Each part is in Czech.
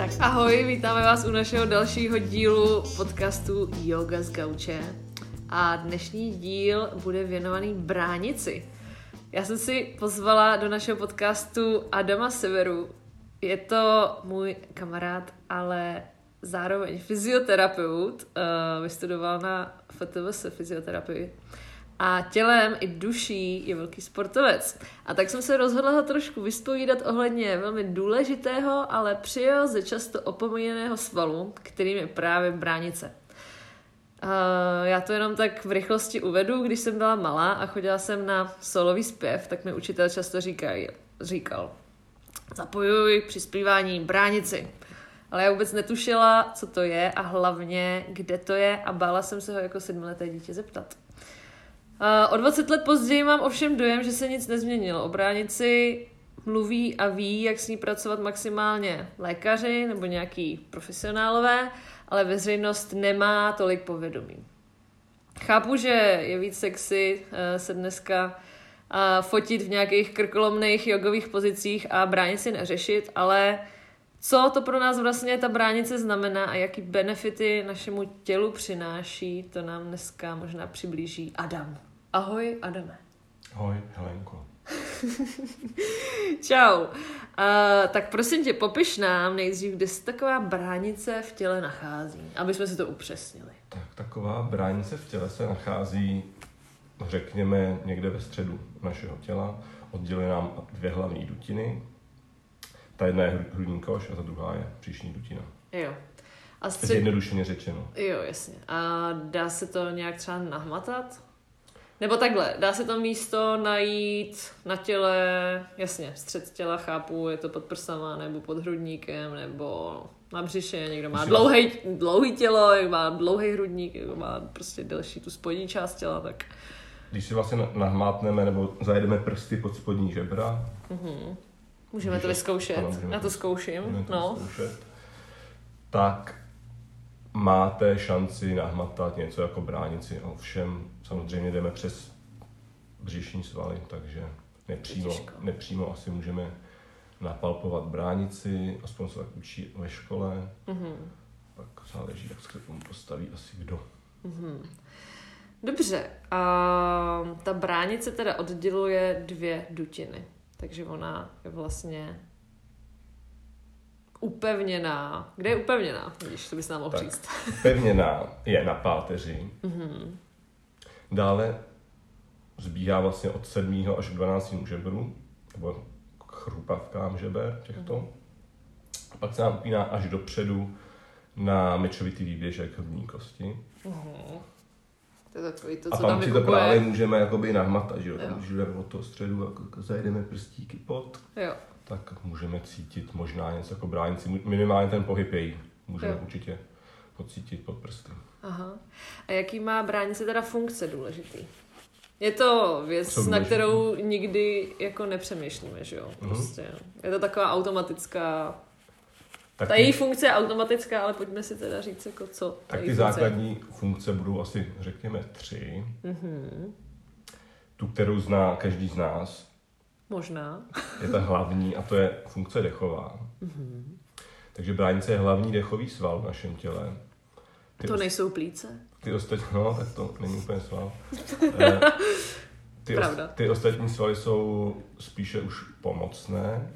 Tak ahoj, vítáme vás u našeho dalšího dílu podcastu Yoga z gauče. A dnešní díl bude věnovaný bránici. Já jsem si pozvala do našeho podcastu Adama Severu. Je to můj kamarád, ale zároveň fyzioterapeut. Vystudoval na FTVS fyzioterapii. A tělem i duší je velký sportovec. A tak jsem se rozhodla ho trošku vyspovídat ohledně velmi důležitého, ale přiroze často opomíjeného svalu, kterým je právě bránice. Já to jenom tak v rychlosti uvedu. Když jsem byla malá a chodila jsem na solový zpěv, tak mi učitel často říkal: zapojuj při zpívání bránici. Ale já vůbec netušila, co to je a hlavně, kde to je, a bála jsem se ho jako 7leté dítě zeptat. O 20 let později mám ovšem dojem, že se nic nezměnilo. O bránici mluví a ví, jak s ní pracovat maximálně lékaři nebo nějaký profesionálové, ale veřejnost nemá tolik povědomí. Chápu, že je víc sexy se dneska fotit v nějakých krkolomných jogových pozicích a bránici neřešit, ale co to pro nás vlastně ta bránice znamená a jaký benefity našemu tělu přináší, to nám dneska možná přiblíží Adam. Ahoj, Adame. Ahoj, Helenko. Čau. Tak prosím tě, popiš nám nejdřív, kde se taková bránice v těle nachází, aby jsme si to upřesnili. Tak taková bránice v těle se nachází, řekněme, někde ve středu našeho těla. Odděluje nám dvě hlavní dutiny. Ta jedna je hrudní koš a ta druhá je břišní dutina. Jo. A Zjednodušeně řečeno. Jo, jasně. A dá se to nějak třeba nahmatat? Nebo takhle, dá se to místo najít na těle, jasně, střed těla, chápu, je to pod prsama, nebo pod hrudníkem, nebo na břiše, někdo má dlouhý tělo, jak má dlouhý hrudník, jak má prostě delší tu spodní část těla, tak... Když si vlastně nahmátneme nebo zajedeme prsty pod spodní žebra... Můžeme to vyzkoušet, já to zkouším, Tak máte šanci nahmatat něco jako bránici. Ovšem samozřejmě jdeme přes břišní svaly, takže nepřímo asi můžeme napalpovat bránici, aspoň se tak učí ve škole. Pak záleží, jak se k tomu postaví asi kdo. Dobře, a ta bránice teda odděluje dvě dutiny, takže ona je vlastně upevněná. Kde je upevněná? Vidíš, to bys nám mohl říct. Upevněná je na páteři. Dále zbíhá vlastně od 7. až k 12. žebru, nebo k chrupavkám žeber těchto. A pak se nám upíná až dopředu na mečovitý výběžek hrudní kosti. To je takový to, a co tam tam si to právě můžeme jakoby nahmatat, že jo? Když jdeme od toho středu a zajedeme prstíky pod, tak můžeme cítit možná něco jako bránici. Minimálně ten pohyb její můžeme určitě pocítit pod prsty. Aha. A jaký má bránice teda funkce důležitý? Je to věc, na kterou nikdy jako nepřemýšlíme, že jo? Prostě. Je to taková automatická... Ta její funkce je automatická, ale pojďme si teda říct, jako co. Tak ty základní funkce budou asi, řekněme, 3. Tu, kterou zná každý z nás. Možná. Je ta hlavní a to je funkce dechová. Takže bránice je hlavní dechový sval v našem těle. To nejsou plíce? Ty ostatní, tak to není úplně sval. Ty ostatní svaly jsou spíše už pomocné.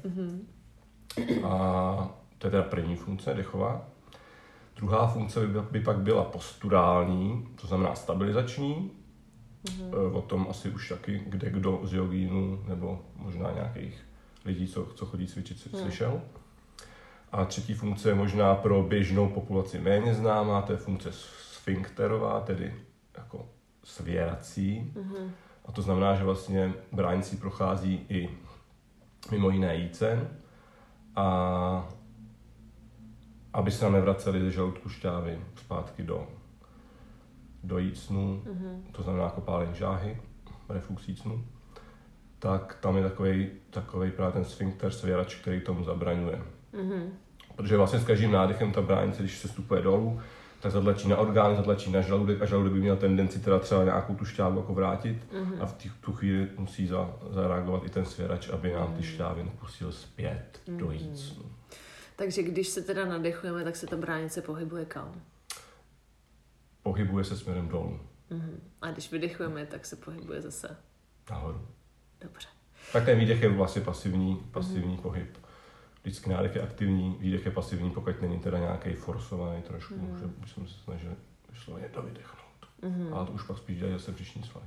A to je teda první funkce, dechová. Druhá funkce by pak byla posturální, to znamená stabilizační. O tom asi už taky kdo z jogínů nebo možná nějakých lidí, co chodí cvičit, slyšel. A třetí funkce je možná pro běžnou populaci méně známá, to je funkce sfinkterová, tedy jako svěrací. A to znamená, že vlastně bránicí prochází i mimo jiné jícen, a aby se nám nevraceli ze žaludku šťávy zpátky do jícnu, to znamená jako pálení žáhy, reflux jícnu, tak tam je takovej právě ten sfinkter, svěrač, který tomu zabraňuje. Protože vlastně s každým nádechem ta bránice, když se stupuje dolů, tak zatlačí na orgány, zatlačí na žaludek a žaludek by měl tendenci teda třeba nějakou tu šťávu jako vrátit a v tu chvíli musí zareagovat i ten svěrač, aby nám ty šťávy nepustil zpět do jícnu. Takže když se teda nadechujeme, tak se ta bránice pohybuje kam? Pohybuje se směrem dolů. A když vydechujeme, tak se pohybuje zase nahoru. Dobře. Tak ten výdech je vlastně pasivní pohyb. Vždycky nádech je aktivní, výdech je pasivní, pokud není teda nějaký forsovaný trošku, že bychom se snažili vysloveně dovydechnout. Ale to už pak spíš dělají zase břišní svaly.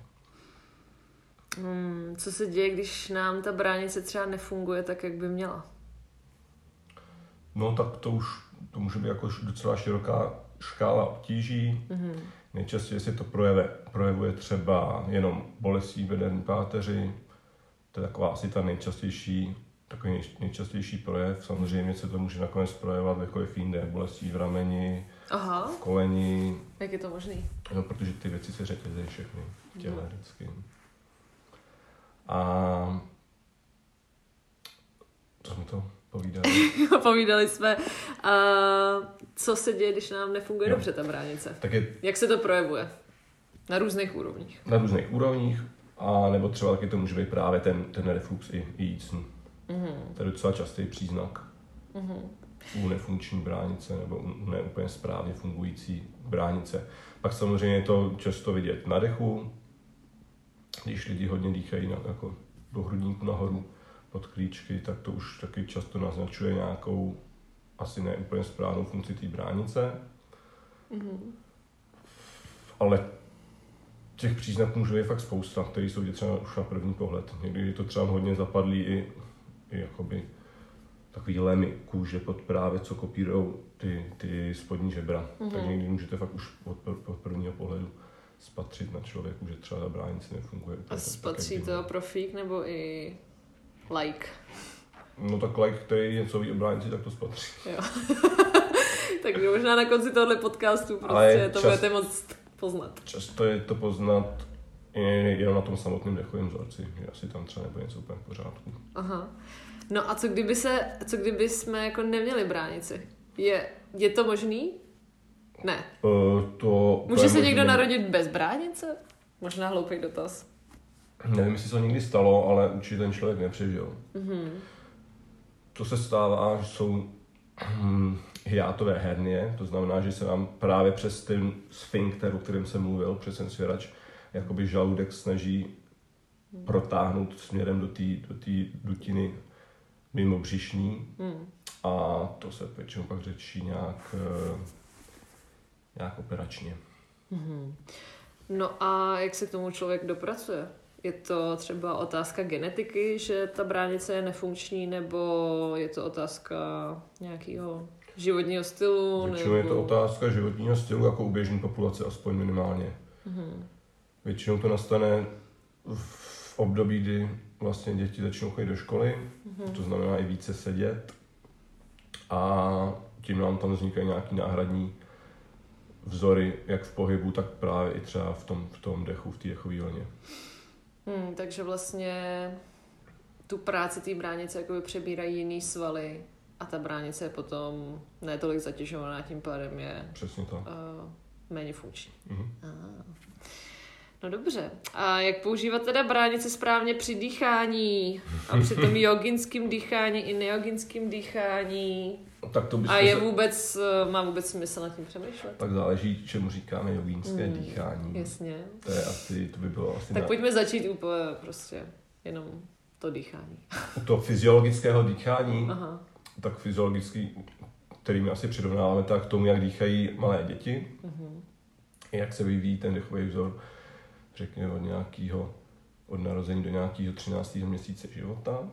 Co se děje, když nám ta bránice třeba nefunguje tak, jak by měla? No tak to může být jako docela široká škála obtíží. Nejčastěji se to projevuje třeba jenom bolestí bederní páteři. To je taková asi ta nejčastější projev. Samozřejmě se to může nakonec projevovat jakkoliv jinde. Bolestí v rameni, v koleni. Jak je to možný? No, protože ty věci se řetězejí všechny v těle vždycky. A co jsme to povídali? Povídali jsme, co se děje, když nám nefunguje dobře ta bránice. Jak se to projevuje? Na různých úrovních. Na různých úrovních, a nebo třeba taky to může být právě ten reflux i jícnu. To je docela častý příznak u nefunkční bránice nebo u neúplně správně fungující bránice. Pak samozřejmě je to často vidět na dechu, když lidi hodně dýchají jako do hrudníku nahoru pod klíčky, tak to už taky často naznačuje nějakou asi neúplně správnou funkci té bránice. Ale těch příznaků může být fakt spousta, které jsou vidět třeba už na první pohled. Někdy je to třeba hodně zapadlý i jakoby takový lemy kůže pod právě, co kopírujou ty spodní žebra. Tak někdy můžete fakt už od prvního pohledu spatřit na člověku, že třeba ta bránice nefunguje. A spatří to profík nebo i like? No tak like, který něco ví o bránici, tak to spatří. Jo. Takže možná na konci tohle podcastu prostě to budete moc poznat. Často je to poznat jenom na tom samotném dechovém vzorci, že asi tam třeba nebude něco úplně v pořádku. Aha. No a co kdyby jsme jako neměli bránici? Je to možný? Ne. Může se někdo narodit bez bránice? Možná hloupý dotaz. Nevím, jestli se to někdy stalo, ale určitě ten člověk nepřežil. To se stává, že jsou hiátové hernie, to znamená, že se nám právě přes ten sfinkter, o kterém jsem mluvil, přes ten svěrač, jakoby žaludek snaží protáhnout směrem do té dutiny mimo břišní a to se většinou pak řečí nějak operačně. No a jak se k tomu člověk dopracuje? Je to třeba otázka genetiky, že ta bránice je nefunkční, nebo je to otázka nějakého životního stylu? Většinou je to otázka životního stylu, jako u běžné populace, aspoň minimálně. Většinou to nastane v období, kdy vlastně děti začnou chodit do školy, to znamená i více sedět a tím nám tam vznikají nějaký náhradní vzory, jak v pohybu, tak právě i třeba v tom dechu, v té dechové vlně. Takže vlastně tu práci té bránice jakoby přebírají jiný svaly a ta bránice je potom netolik zatěžovaná, tím pádem je přesně tak. Méně funkční. No dobře. A jak používat teda bránici správně při dýchání a při tom joginském dýchání i nejoginském dýchání? Tak to má vůbec smysl nad tím přemýšlet? Tak záleží, čemu říkáme jogínské dýchání. Jasně. To by bylo asi... Tak pojďme začít úplně prostě jenom to dýchání. U toho fyziologického dýchání, tak fyziologický, který my asi přirovnáváme tak k tomu, jak dýchají malé děti, jak se vyvíjí ten dechový vzor, řekněme od narození do nějakého 13. měsíce života.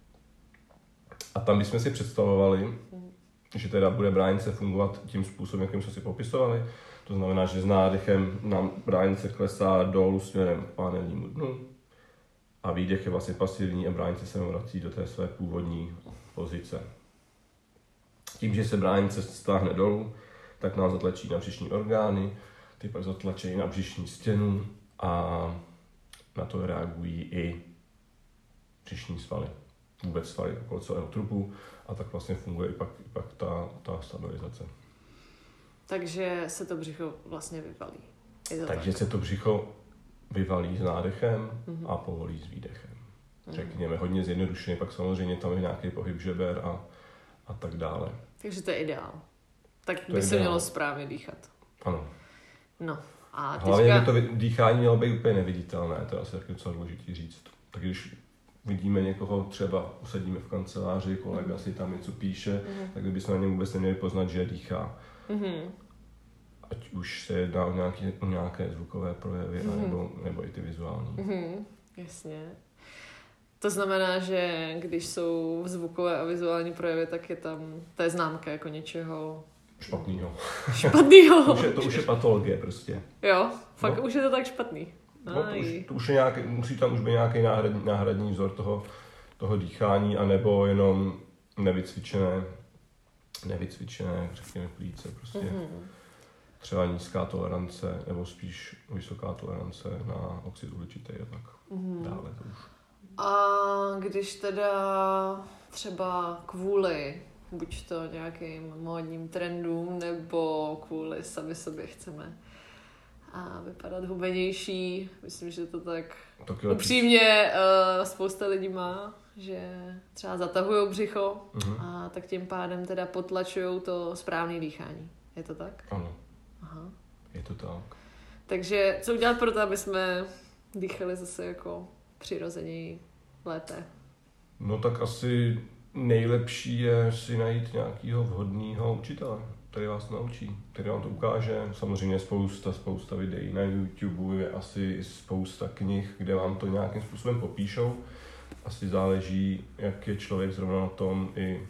A tam bychom si představovali, že teda bude bránice fungovat tím způsobem, jakým jsme si popisovali. To znamená, že s nádechem nám bránice klesá dolů směrem k pánevnímu dnu a výdech je vlastně pasivní a bránice se vrací do té své původní pozice. Tím, že se bránice stáhne dolů, tak nás zatlačí na břišní orgány, ty pak zatlačí na břišní stěnu a na to reagují i břišní svaly. Vůbec svaly okolo celého trupu a tak vlastně funguje i pak ta stabilizace. Takže se to břicho vlastně vyvalí. Takže se to břicho vyvalí s nádechem a povolí s výdechem. Řekněme, hodně zjednodušeně, pak samozřejmě tam je nějaký pohyb žeber a tak dále. Takže to je ideál. Tak To by je se ideál. mělo správně dýchat. Ano. No a Hlavně teďka... by to dýchání mělo být úplně neviditelné, to je asi taky docela důležitý říct. Tak když vidíme někoho, třeba usadíme v kanceláři, kolega si tam něco píše, tak bychom na něm vůbec neměli poznat, že dýchá. Ať už se jedná o nějaké zvukové projevy, nebo i ty vizuální. Jasně. To znamená, že když jsou zvukové a vizuální projevy, tak je tam, to je známka jako něčeho Špatnýho. špatného. To už je patologie prostě. Jo, fakt už je to tak špatný. To už je nějaký, musí tam už být nějaký náhradní vzor toho dýchání, anebo jenom nevycvičené, řekněme, plíce. Prostě. Třeba nízká tolerance, nebo spíš vysoká tolerance na oxid uhličitý a tak dále to už. A když teda třeba kvůli buď to nějakým módním trendům, nebo kvůli sami sobě chceme a vypadat hubenější, myslím, že to tak upřímně spousta lidí má, že třeba zatahujou břicho a tak tím pádem teda potlačujou to správné dýchání. Je to tak? Ano. Aha. Je to tak. Takže co udělat pro to, aby jsme dýchali zase jako přirozeněji, lépe? No tak asi nejlepší je si najít nějakého vhodného učitele, který vás naučí, který vám to ukáže. Samozřejmě spousta videí na YouTube, je asi spousta knih, kde vám to nějakým způsobem popíšou. Asi záleží, jak je člověk zrovna na tom i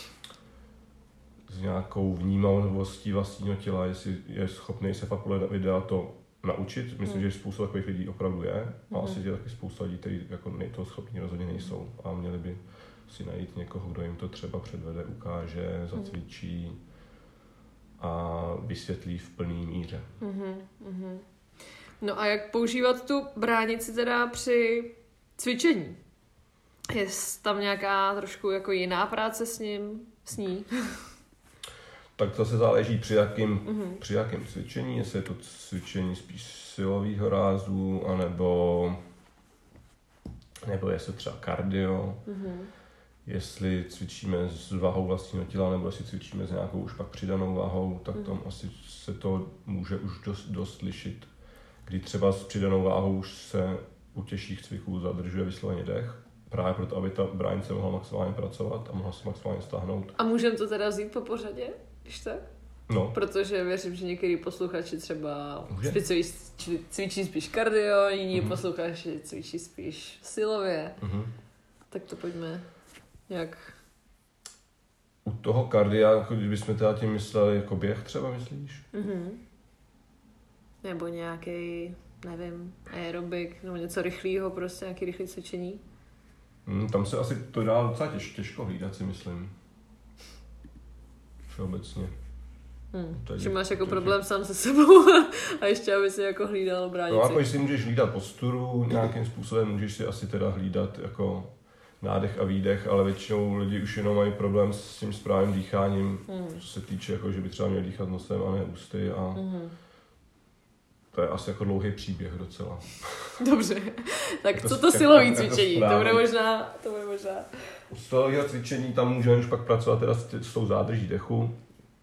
s nějakou vnímavostí vlastního těla, jestli je schopný se fakt podle videa to naučit. Myslím, že spousta takových lidí opravdu je. A asi je taky spousta lidí, kteří jako toho schopní rozhodně nejsou. A měli by si najít někoho, kdo jim to třeba předvede, ukáže, zacvičí a vysvětlí v plné míře. No a jak používat tu bránici teda při cvičení? Je tam nějaká trošku jako jiná práce s ní? Tak to se záleží při jakém cvičení, jestli je to cvičení spíš silového rázu, anebo jestli třeba kardio, jestli cvičíme s váhou vlastního těla, nebo jestli cvičíme s nějakou už pak přidanou váhou, tak tam asi se to může už dost lišit. Kdy třeba s přidanou váhou už se u těžších cviků zadržuje vysloveně dech, právě proto, aby ta bránice mohla maximálně pracovat a mohla se maximálně stáhnout. A můžeme to teda vzít po pořadě, když tak? No. Protože věřím, že některý posluchači třeba cvičí spíš kardio, jiní posluchači cvičí spíš silově. Tak to pojďme nějak... U toho kardia, jako kdybychom teda tím mysleli jako běh třeba, myslíš? Nebo nějaký, nevím, aerobik, nebo něco rychlého, prostě nějaký rychlé cvičení. Tam se asi to dá docela těžko hlídat, si myslím. Všeobecně. Že máš jako problém sám se sebou a ještě aby si jako hlídal bránici. No jako si můžeš hlídat posturu nějakým způsobem, můžeš si asi teda hlídat jako nádech a výdech, ale většinou lidi už jenom mají problém s tím správným dýcháním, co se týče, jako, že by třeba měl dýchat nosem a ne ústy a to je asi jako dlouhý příběh docela. Dobře, tak co to silové cvičení? To bude možná. U silového cvičení tam můžeme už pak pracovat teda s tou zádrží dechu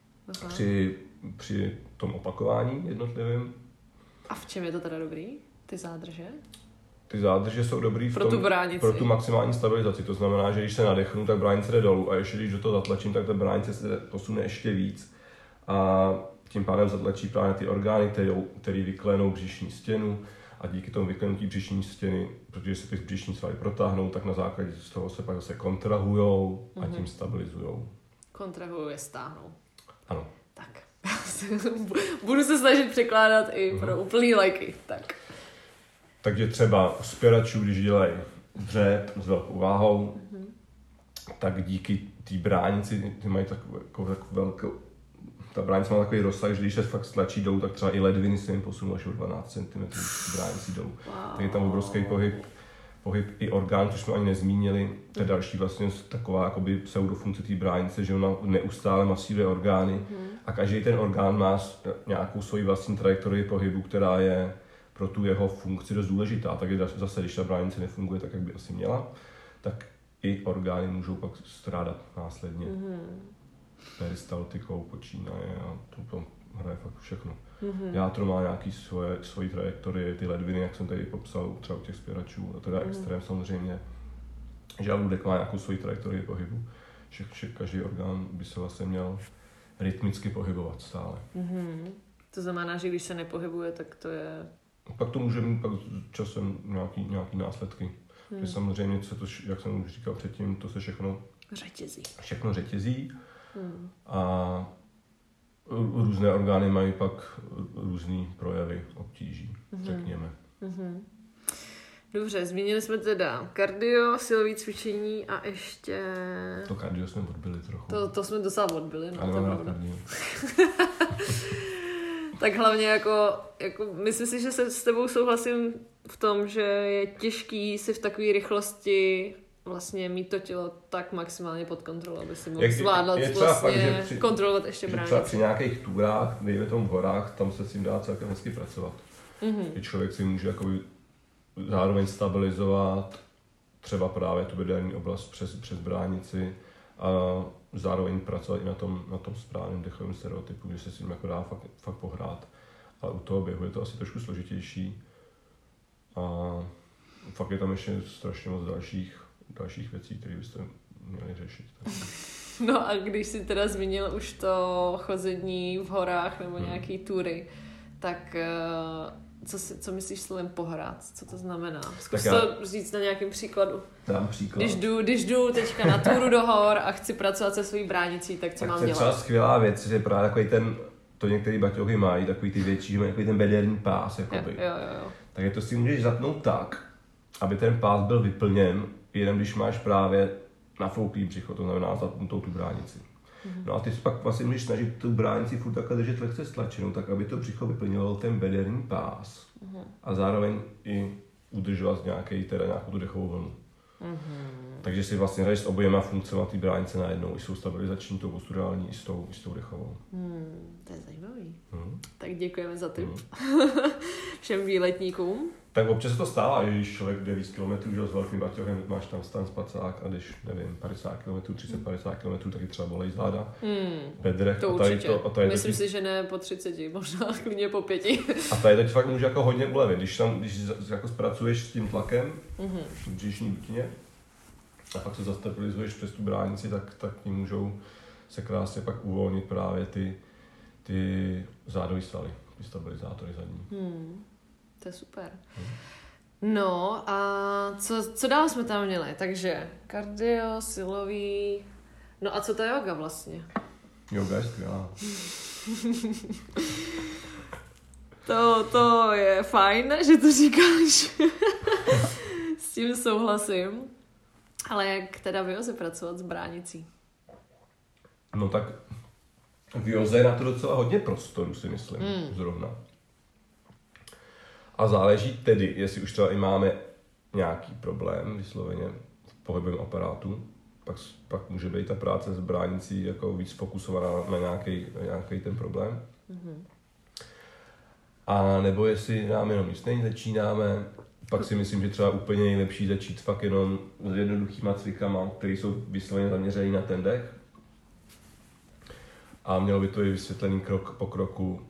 při tom opakování jednotlivým. A v čem je to teda dobrý, ty zádrže? Ty zádrže jsou dobrý pro tu maximální stabilizaci. To znamená, že když se nadechnu, tak bránice jde dolů a ještě když do toho zatlačím, tak ta bránice se posune ještě víc. A tím pádem zatlačí právě ty orgány, které vyklenou břišní stěnu a díky tomu vyklenutí břišní stěny, protože se ty břišní svaly protáhnou, tak na základě z toho se pak zase kontrahujou a tím stabilizujou. Kontrahujou je stáhnou. Ano. Tak. Budu se snažit překládat i pro úplný lajky. Tak. Takže třeba u spěračů, když dělají dřep s velkou váhou, tak díky té bránici, ty mají takovou velkou, ta bránice má takový rozsah, že když se fakt stlačí dolů, tak třeba i ledviny se jim posunou až o 12 cm bránici dolů. Wow. Tak je tam obrovský pohyb i orgán, což jsme ani nezmínili. To je další vlastně taková jakoby pseudofunkce té bránice, že ona neustále masíruje orgány a každý ten orgán má nějakou svoji vlastní trajektorii pohybu, která je pro tu jeho funkci dost důležitá. Takže zase, když ta bránice nefunguje tak, jak by asi měla, tak i orgány můžou pak strádat následně. peristaltikou počínaje a to hraje fakt všechno. Játro má nějaký svoji trajektorie, ty ledviny, jak jsem tady popsal, třeba u těch spěračů, a teda extrém samozřejmě. Žaludek má nějakou svoji trajektorii pohybu. Každý orgán by se vlastně měl rytmicky pohybovat stále. To znamená, že když se nepohybuje, tak to je... Pak to může mít pak časem nějaký následky. Samozřejmě, jak jsem už říkal předtím, to se všechno řetězí. A různé orgány mají pak různé projevy obtíží, řekněme. Dobře, zmínili jsme teda kardio, silové cvičení a ještě... To kardio jsme odbyli trochu. To jsme docela odbyli. No, ale mám rád kardio. Tak hlavně jako myslím si, že se s tebou souhlasím v tom, že je těžký si v takové rychlosti vlastně mít to tělo tak maximálně pod kontrolou, aby si mohl zvládat vlastně kontrolovat ještě bránici. Třeba při nějakých túrách, dejme tomu v horách, tam se s tím dá celkem hezky pracovat. Kdy člověk si může jakoby zároveň stabilizovat třeba právě tu bederní oblast přes bránici a zároveň pracovat i na tom správném dechovém stereotypu, že se s tím jako dá fakt pohrát. Ale u toho běhu je to asi trošku složitější a fakt je tam ještě strašně moc dalších věcí, které byste měli řešit. No a když jsi teda zmínil už to chození v horách nebo nějaký tury, tak co myslíš slovem pohrát? Co to znamená? Zkus to říct na nějakém příkladu. Dám příklad. Když jdu teďka na túru do hor a chci pracovat se svojí bránicí, tak co mám dělat? Třeba skvělá věc, že právě takový to některý baťohy mají, takový ty větší, že mají takový ten bederní pás, jakoby. Jo. Tak je to si můžeš zapnout tak, aby ten pás byl vyplněn, jenom když máš právě nafouklý břicho, to znamená zapnutou tu bránici. No a ty si pak vlastně můžeš snažit tu bránici furt takhle držet lehce stlačenou, tak aby to břicho vyplnilo ten bederní pás a zároveň i udržovat nějakou tu dechovou vlnu. Takže si vlastně hraješ s oběma funkcemi té bránice najednou, i jsou stabilizační, tou posturální, i s tou dechovou. To je zajímavý. Tak děkujeme za tip všem výletníkům. Tak občas se to stává, že když člověk jde víc kilometrů, že s velkým baťohem máš tam stan spacák a když, nevím, 50 km, 30-50 km, taky třeba bolej záda, bedrech. To určitě. Myslím si, že ne po 30, možná klidně po 5. A tady to fakt může jako hodně ulevit, když jako zpracuješ s tím tlakem v břišní dutině a pak se zastabilizuješ přes tu bránici, tak tím můžou se krásně pak uvolnit právě ty zádové svaly, ty stabilizátory zadní. To je super. No a co dál jsme tam měli? Takže kardio, silový... No a co ta yoga vlastně? Yoga je skvělá. To je fajn, že to říkáš. S tím souhlasím. Ale jak teda v joze pracovat s bránicí? No tak v joze je na to docela hodně prostoru, si myslím, zrovna. A záleží tedy, jestli už třeba i máme nějaký problém vysloveně v pohybovém aparátu, pak může být ta práce s bránicí jako víc fokusovaná na nějaký ten problém. A nebo jestli nám jenom nic začínáme, pak si myslím, že třeba úplně nejlepší začít fakt jenom s jednoduchýma cvikama, které jsou vysloveně zaměřený na ten dech. A mělo by to i vysvětlený krok po kroku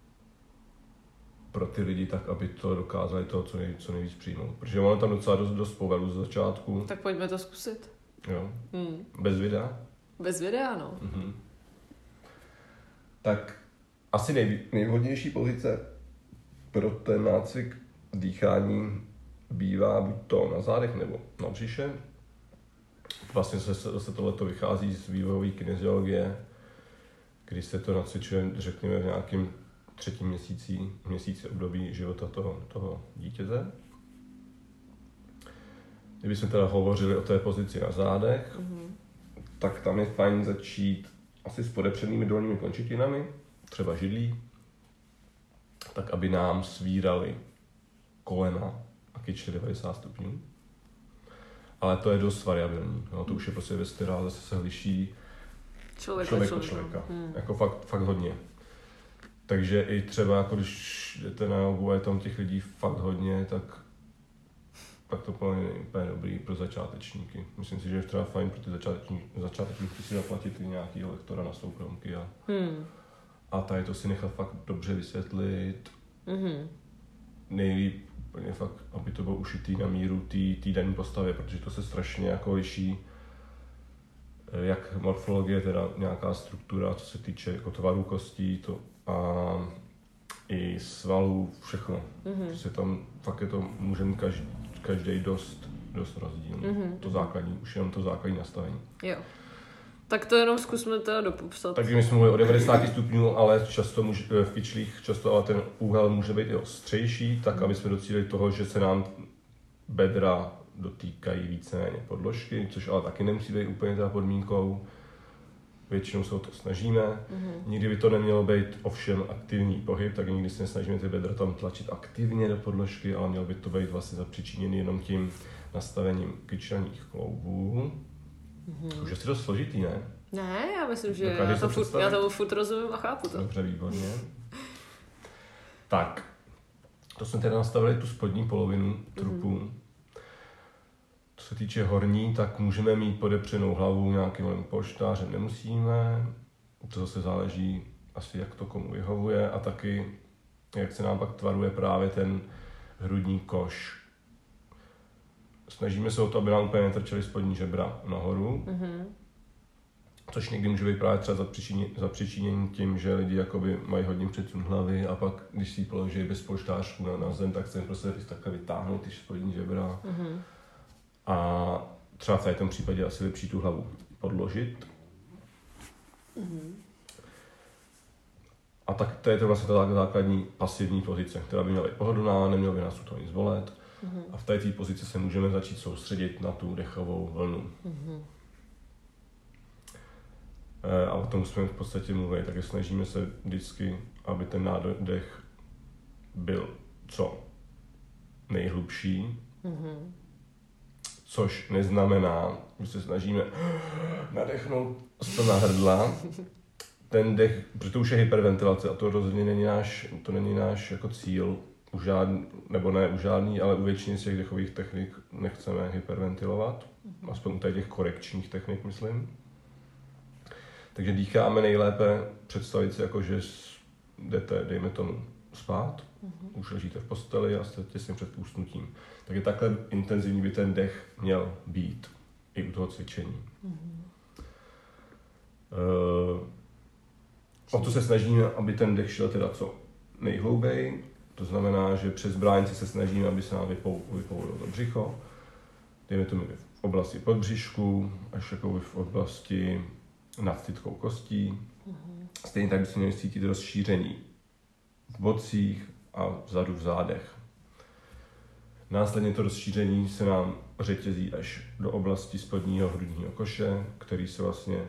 pro ty lidi, tak aby to dokázali toho co nejvíc přijmout. Protože ono tam docela dost povelu z začátku. Tak pojďme to zkusit. Jo. Bez videa? Bez videa, no. Tak asi nejvhodnější pozice pro ten nácvik dýchání bývá buď to na zádech nebo na břiše. Vlastně se tohleto vychází z vývojové kineziologie, kdy se to nacvičuje, řekněme, v nějakém 3. měsíci období života toho dítěte. Kdybychom teda hovořili o té pozici na zádech, tak tam je fajn začít asi s podepřenými dolními končetinami, třeba židlí, tak aby nám svíraly kolena a kyčle 90 stupňů. Ale to je dost variabilní. No, to už je prostě věc, která zase se liší člověk od člověka. Jako fakt hodně. Takže i třeba, jako když jdete na jogu a je tam těch lidí fakt hodně, tak pak to plně není úplně dobrý pro začátečníky. Myslím si, že je třeba fajn pro ty začátečníky si zaplatit i nějakýho lektora na soukromky a tady to si nechat fakt dobře vysvětlit. Nejlíp úplně fakt, aby to bylo ušitý na míru té dané postavy, protože to se strašně jako liší, jak morfologie, teda nějaká struktura, co se týče jako tvaru kostí a i svalů, všechno. Prostě tam fakt je to, může mít každý dost rozdílný. To základní, už jenom to základní nastavení. Jo. Tak to jenom zkusme to dopopsat. Takže my jsme mluvili o 90 stupňů, ale často v kyčlích často ale ten úhel může být i ostřejší, tak aby jsme docílili toho, že se nám bedra dotýkají víceméně podložky, což ale taky nemusí být úplně teda podmínkou. Většinou se o to snažíme. Nikdy by to nemělo být ovšem aktivní pohyb, tak nikdy se nesnažíme ty bedra tam tlačit aktivně do podložky, ale mělo by to být vlastně zapříčiněný jenom tím nastavením kyčelních kloubů. Už je to dost složitý, ne? Ne, já myslím, že já to furt rozumím a chápu to. Dobře, výborně. Tak, to jsme teda nastavili tu spodní polovinu trupu. Co se týče horní, tak můžeme mít podepřenou hlavu nějakým polštářem, nemusíme. To zase záleží asi, jak to komu vyhovuje a taky, jak se nám pak tvaruje právě ten hrudní koš. Snažíme se o to, aby nám úplně netrčely spodní žebra nahoru, což někdy může být právě třeba zapříčinění tím, že lidi jakoby mají hodně předsun hlavy a pak, když si ji položí bez polštářku na zem, tak se jim prostě takhle vytáhnou ty spodní žebra. A třeba v tom případě asi lepší tu hlavu podložit. A tak to je to vlastně ta základní pasivní pozice, která by měla být pohodlná, neměla by nás u toho nic bolet. A v té pozici se můžeme začít soustředit na tu dechovou vlnu. A o tom jsme v podstatě mluvili, takže snažíme se vždycky, aby ten nádech byl co nejhlubší, což neznamená, že se snažíme nadechnout z plná hrdla. Ten dech, protože to už je hyperventilace a to rozhodně není náš jako cíl, u žádný, ale u většiny z těch dechových technik nechceme hyperventilovat, aspoň u těch korekčních technik, myslím. Takže dýcháme nejlépe představit si, jako že jdete, dejme tomu, spát, už ležíte v posteli a jste těsně před usnutím. Takže takhle intenzivní by ten dech měl být i u toho cvičení. O to se snažíme, aby ten dech šel teda co nejhlouběji. To znamená, že přes bránici se snažíme, aby se nám vypovolilo to břicho. Dejme tomu v oblasti podbřišku, až jako v oblasti nad stytkou kostí. Stejně tak by se měli cítit rozšíření v bocích a vzadu v zádech. Následně to rozšíření se nám řetězí až do oblasti spodního hrudního koše, který se vlastně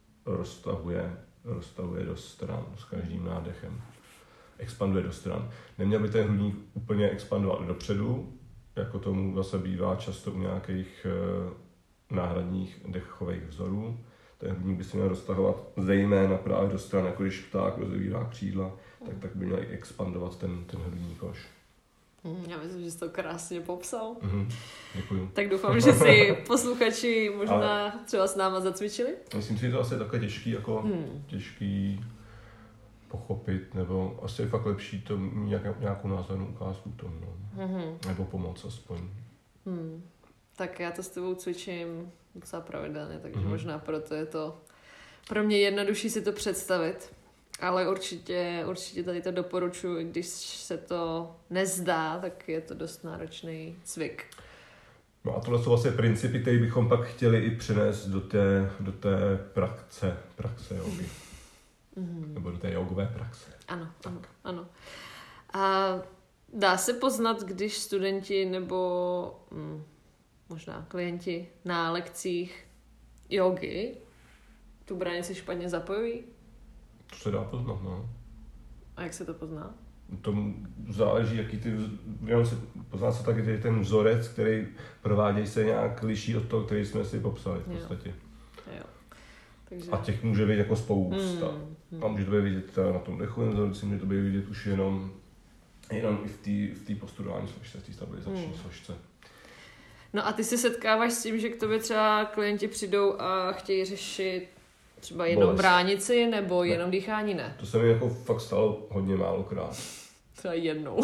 roztahuje do stran s každým nádechem. Expanduje do stran. Neměl by ten hrudník úplně expandovat dopředu, jako tomu zase bývá často u nějakých náhradních dechových vzorů. Ten hrudník by se měl roztahovat zejména právě do stran, jako když pták rozevírá křídla, tak by měl i expandovat ten hrudní koš. Já myslím, že jsi to krásně popsal. Děkuju. Tak doufám, že si posluchači možná třeba s náma zacvičili. Myslím si, že to asi je takhle těžký pochopit, nebo asi je fakt lepší to mít nějakou názornou ukázku tomu, nebo pomoc aspoň. Tak já to s tebou cvičím docela pravidelně, takže možná proto je to pro mě jednodušší si to představit. Ale určitě tady to doporučuji, i když se to nezdá, tak je to dost náročný cvik. No a tohle jsou vlastně principy, které bychom pak chtěli i přenést do té praxe jogy. Nebo do té jogové praxe. Ano. A dá se poznat, když studenti nebo možná klienti na lekcích jogy tu bránici špatně zapojují? To se dá poznat, no. A jak se to pozná? To záleží, pozná se tak, že ten vzorec, který provádějí, se nějak liší od toho, který jsme si popsali v podstatě. Jo. Takže... A těch může být jako spousta. A může to být vidět na tom dechovém vzorci, může to být vidět už jenom i v té posturální složce, v té stabilizační složce. No a ty se setkáváš s tím, že k tobě třeba klienti přijdou a chtějí řešit třeba jenom bolest. Bránici nebo jenom dýchání, ne? To se mi jako fakt stalo hodně málokrát. Třeba jednou.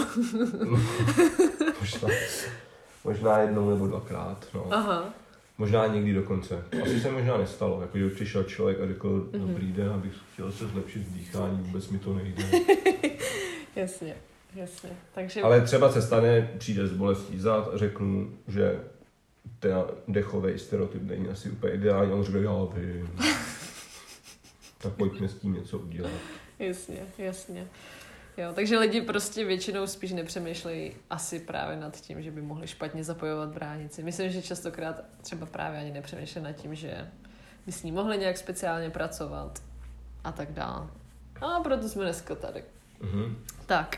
Možná jednou nebo dvakrát, no. Aha. Možná někdy dokonce. Asi se možná nestalo, jako že přišel člověk a řekl, dobrý den, abych chtěl se zlepšit v dýchání, vůbec mi to nejde. Jasně. Takže... Ale třeba se stane, přijde z bolestí zad a řeknu, že ten dechový stereotyp není asi úplně ideální, a on řekne, já vím. Tak pojďme s tím něco udělat. Jasně. Jo, takže lidi prostě většinou spíš nepřemýšlejí asi právě nad tím, že by mohli špatně zapojovat bránici. Myslím, že častokrát třeba právě ani nepřemýšlejí nad tím, že by s ní mohli nějak speciálně pracovat a tak dále. A proto jsme dneska tady. Mhm. Tak.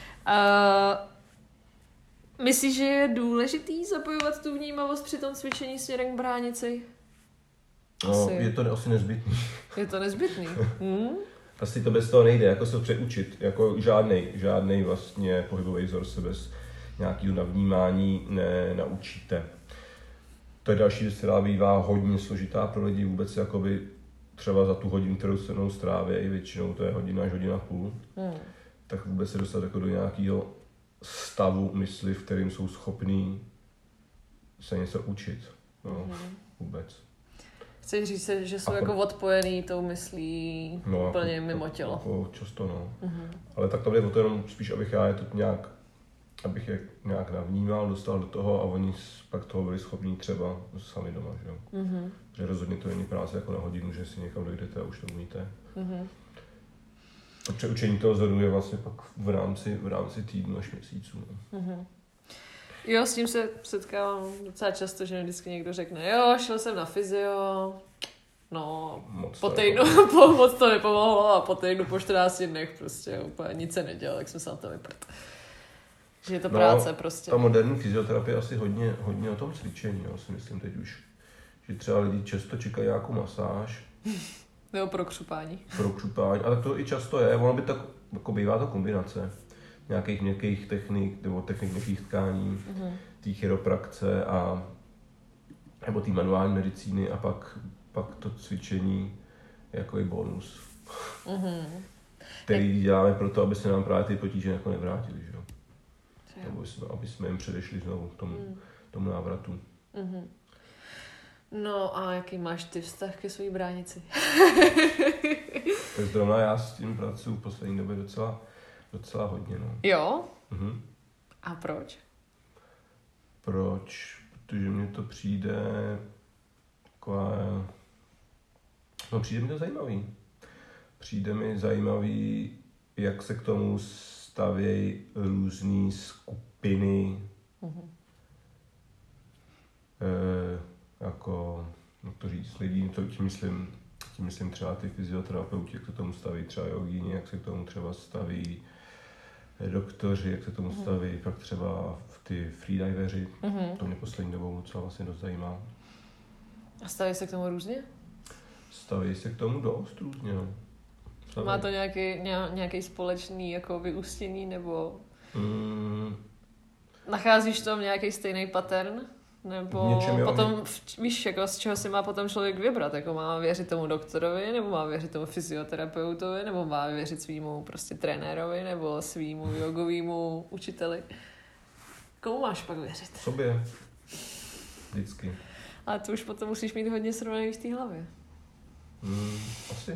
Myslíš, že je důležitý zapojovat tu vnímavost při tom cvičení směrem k bránici? No, je to asi nezbytný. Je to nezbytný? Asi to bez toho nejde, jako se to přeučit, jako žádnej vlastně pohybový vzor se bez nějakého navnímání nenaučíte. To je další věc, která bývá hodně složitá pro lidi vůbec, jakoby třeba za tu hodinu, kterou se mnou stráví, i většinou to je hodina až hodina půl, tak vůbec se dostat jako do nějakého stavu mysli, v kterým jsou schopní se něco učit. No, vůbec. Chceš říct, že jsou jako odpojený tou myslí úplně jako, mimo tělo? Jako často, no. Ale tak to jde o to jenom spíš, abych je nějak navnímal, dostal do toho a oni pak toho byli schopní třeba sami doma, že jo. Že rozhodně to není práce jako na hodinu, že si někam dojdete a už to umíte. To přeučení toho vzoru je vlastně pak v rámci týdnu až měsíců. No. Jo, s tím se setkávám docela často, že vždycky někdo řekne, jo, šel jsem na fyzio, no, po týdnu moc to nepomohlo a po týdnu po 14 dnech prostě úplně nic se nedělal, tak jsem se na to vyprt. Že je to práce prostě. Ta moderní fyzioterapie je asi hodně o tom cvičení, jo, si myslím teď už. Že třeba lidi často čekají nějakou masáž. Nebo pro křupání. Ale tak to i často je, ono by tak, jako bývá to kombinace nějakých měkkých technik, nebo technik měkkých tkání, té chiroprakce a nebo té manuální medicíny a pak to cvičení jako i bonus. Který děláme proto, aby se nám právě ty potíže jako nevrátily, že jo? Nebo aby jsme jim předešli znovu tomu návratu. No a jaký máš ty vztah ke své bránici? Tak zrovna já s tím pracuji v poslední době docela hodně, no. Jo? A proč? Protože mně to přijde přijde mi to zajímavý. Přijde mi zajímavý, jak se k tomu stavějí různé skupiny, jako, jak to říct, lidí, tím myslím třeba ty fyzioterapeuti, jak se k tomu staví třeba jogíni, jak se k tomu třeba staví doktoři, jak se k tomu staví pak třeba ty freediveři. To mě poslední dobou docela vlastně dost zajímá. A staví se k tomu různě? Staví se k tomu dost různě, no. Má to nějaký společný jako vyústění, nebo nacházíš tam nějaký stejný pattern? Nebo potom, víš, jako z čeho si má potom člověk vybrat? Jako má věřit tomu doktorovi, nebo má věřit tomu fyzioterapeutovi, nebo má věřit svýmu prostě trenérovi, nebo svýmu jogovému učiteli? Komu máš pak věřit? Sobě. Vždycky. Ale to už potom musíš mít hodně srovnaný v té hlavě. Asi.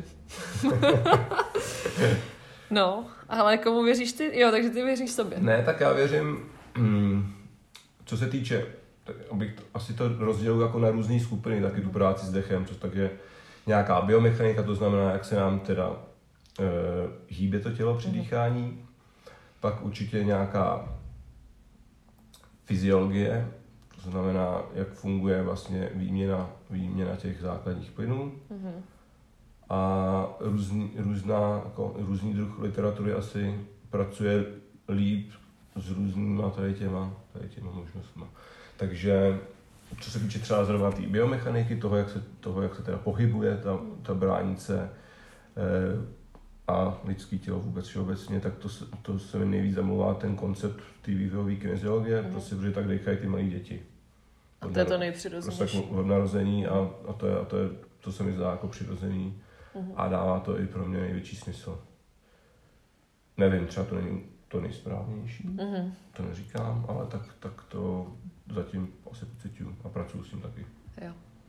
No, ale komu věříš ty? Jo, takže ty věříš sobě. Ne, tak já věřím, co se týče, asi to rozděluji jako na různé skupiny, taky tu práci s dechem, což tak je nějaká biomechanika, to znamená, jak se nám teda hýbe to tělo při dýchání, pak určitě nějaká fyziologie, to znamená, jak funguje vlastně výměna těch základních plynů. A různý druh literatury asi pracuje líp s různýma tady těma možnostmi. Takže co se týče třeba zrovna té biomechaniky, toho, jak se teda pohybuje ta bránice a lidský tělo vůbec všeobecně, tak to se mi nejvíc zamlouvá ten koncept té vývojové kinesiologie, prostě protože tak dejchají ty malé děti. A to je to nejpřirozenější. Prostě v narození a to se mi zdá jako přirozený a dává to i pro mě největší smysl. Nevím, třeba to není to nejsprávnější, to neříkám, ale tak to zatím asi pocituju a pracuji s tím taky. Jo.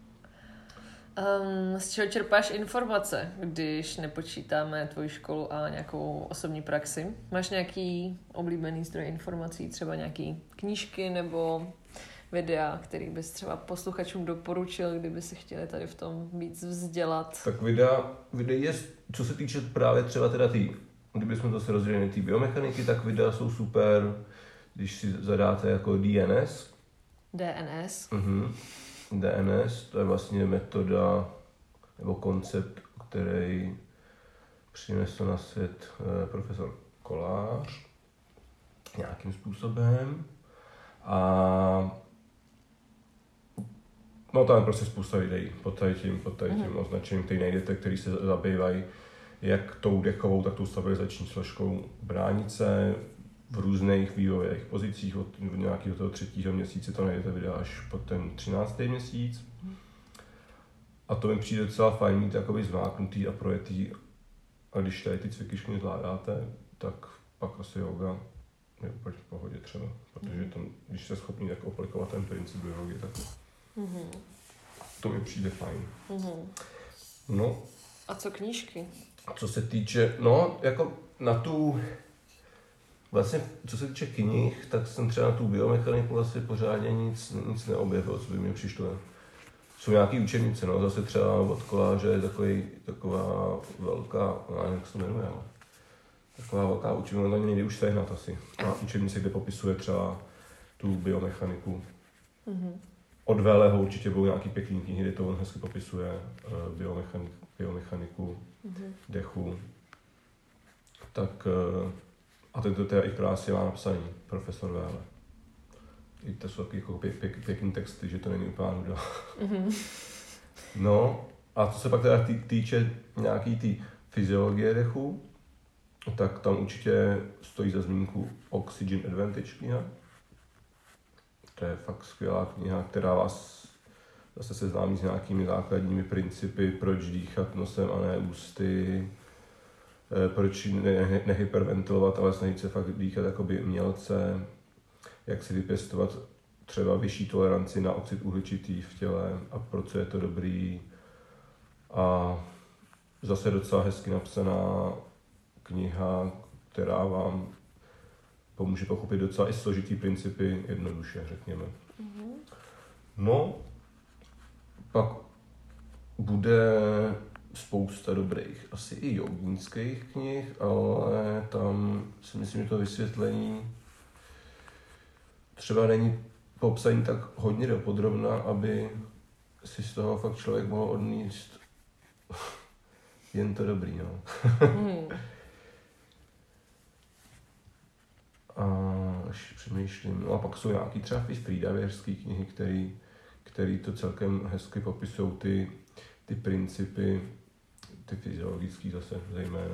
Z čeho čerpáš informace, když nepočítáme tvoji školu a nějakou osobní praxi? Máš nějaký oblíbený zdroj informací, třeba nějaký knížky nebo videa, který bys třeba posluchačům doporučil, kdyby si chtěli tady v tom víc vzdělat? Tak videa je, co se týče právě třeba teda kdybychom to se rozdělili ty biomechaniky, tak videa jsou super, když si zadáte jako DNS. DNS, to je vlastně metoda nebo koncept, který přinesl na svět profesor Kolář nějakým způsobem. A no tam je prostě spousta videí pod tady tím označením, který najdete, který se zabývají jak tou dechovou, tak tou stabilizační složkou bránice v různých vývojových pozicích od nějakého toho 3. měsíce, to najdete videa až po ten 13. měsíc. A to mi přijde docela fajn mít jakoby zmáknutý a projetý. A když tady ty cviky všechny zvládáte, tak pak asi yoga je úplně v pohodě třeba. Protože tam, když jste schopný jako aplikovat ten princip biologie, tak to mi přijde fajn. No. A co knížky? Co se týče, no, jako na tu, vlastně, co se týče knih, tak jsem třeba na tu biomechaniku vlastně pořádně nic neobjevil, co by mi přišlo. Jsou nějaký učebnice, no, zase třeba od Koláře je taková velká, nevím, jak se jmenuje, ale taková velká učebnice, to někdy už sehnat asi. A učebnice, kde popisuje třeba tu biomechaniku. Od Véleho určitě budou nějaký pěkný knihy, kde to on hezky popisuje biomechaniku, dechu. Tak, a tento teda i krásně má napsaný, profesor Véle. I to jsou taky jako pěkný texty, že to není úplně nuda. No, a co se pak teda týče nějaký ty fyziologie dechu, tak tam určitě stojí za zmínku Oxygen Advantage kniha. To je fakt skvělá kniha, která vás zase seznámí s nějakými základními principy, proč dýchat nosem a ne ústy, proč nehyperventilovat, ale snažit se fakt dýchat jakoby mělce, jak si vypěstovat třeba vyšší toleranci na oxid uhličitý v těle a proč je to dobrý. A zase docela hezky napsaná kniha, která vám pomůže pochopit docela i složitý principy jednoduše, řekněme. No, pak bude spousta dobrých, asi i jogínských knih, ale tam si myslím, že to vysvětlení třeba není popsaný tak hodně dopodrobna, aby si z toho fakt člověk mohl odníst jen to dobrý, no. A až přemýšlím, no a pak jsou nějaký třeba i frýdavěřský knihy, který to celkem hezky popisují ty principy, ty fyziologický zase zejména.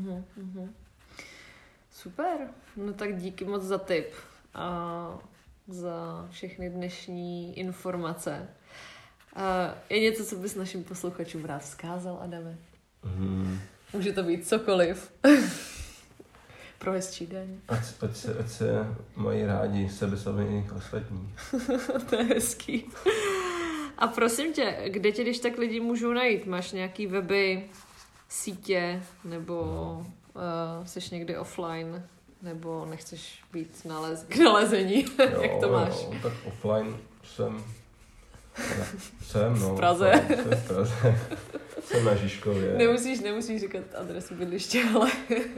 Super, no tak díky moc za tip a za všechny dnešní informace. Je něco, co bys našim posluchačům rád vzkázal, Adame? Může to být cokoliv. Pro hezčí den. Ať se mají rádi sebe sami ostatní. To je hezký. A prosím tě, kde tě když tak lidi můžou najít? Máš nějaký weby, sítě, nebo jsi někdy offline, nebo nechceš být k nalezení? Jo, jak to máš? Jo, tak offline jsem v Praze. Jsem v Praze. Jsem na Žižkově. Nemusíš říkat adresu bydliště, ale...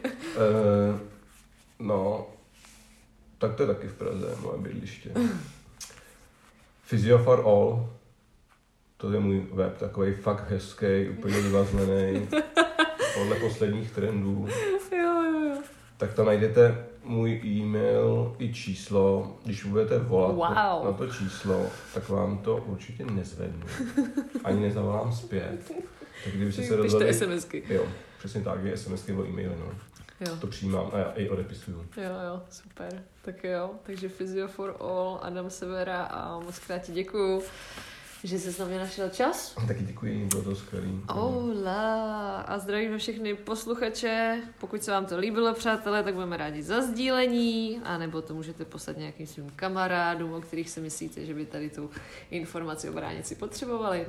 No, tak to je taky v Praze, moje bydliště. Physio for All, to je můj web, takovej fakt hezký, úplně vyvazlený, podle posledních trendů. Jo. Tak tam najdete můj e-mail i číslo. Když budete volat na to číslo, tak vám to určitě nezvednu. Ani nezavolám zpět. Tak kdyby se rozhodli... Pište SMSky. Jo, přesně tak, je SMSky nebo e-maily, no. Jo. To přijímám a já i odepisuju. Jo, super. Tak jo, takže Physio for All, Adam Severa a moc krát ti děkuju, že jsi na mě našel čas. Taky děkuji, bylo to skvělý. Hola. A zdravíme všechny posluchače. Pokud se vám to líbilo, přátelé, tak budeme rádi za sdílení, anebo to můžete poslat nějakým svým kamarádům, o kterých si myslíte, že by tady tu informaci o bránici potřebovali.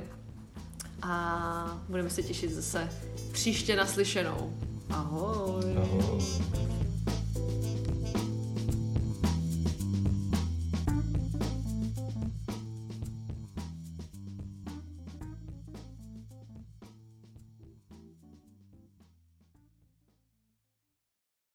A budeme se těšit zase příště naslyšenou. Ahoj. Ahoj.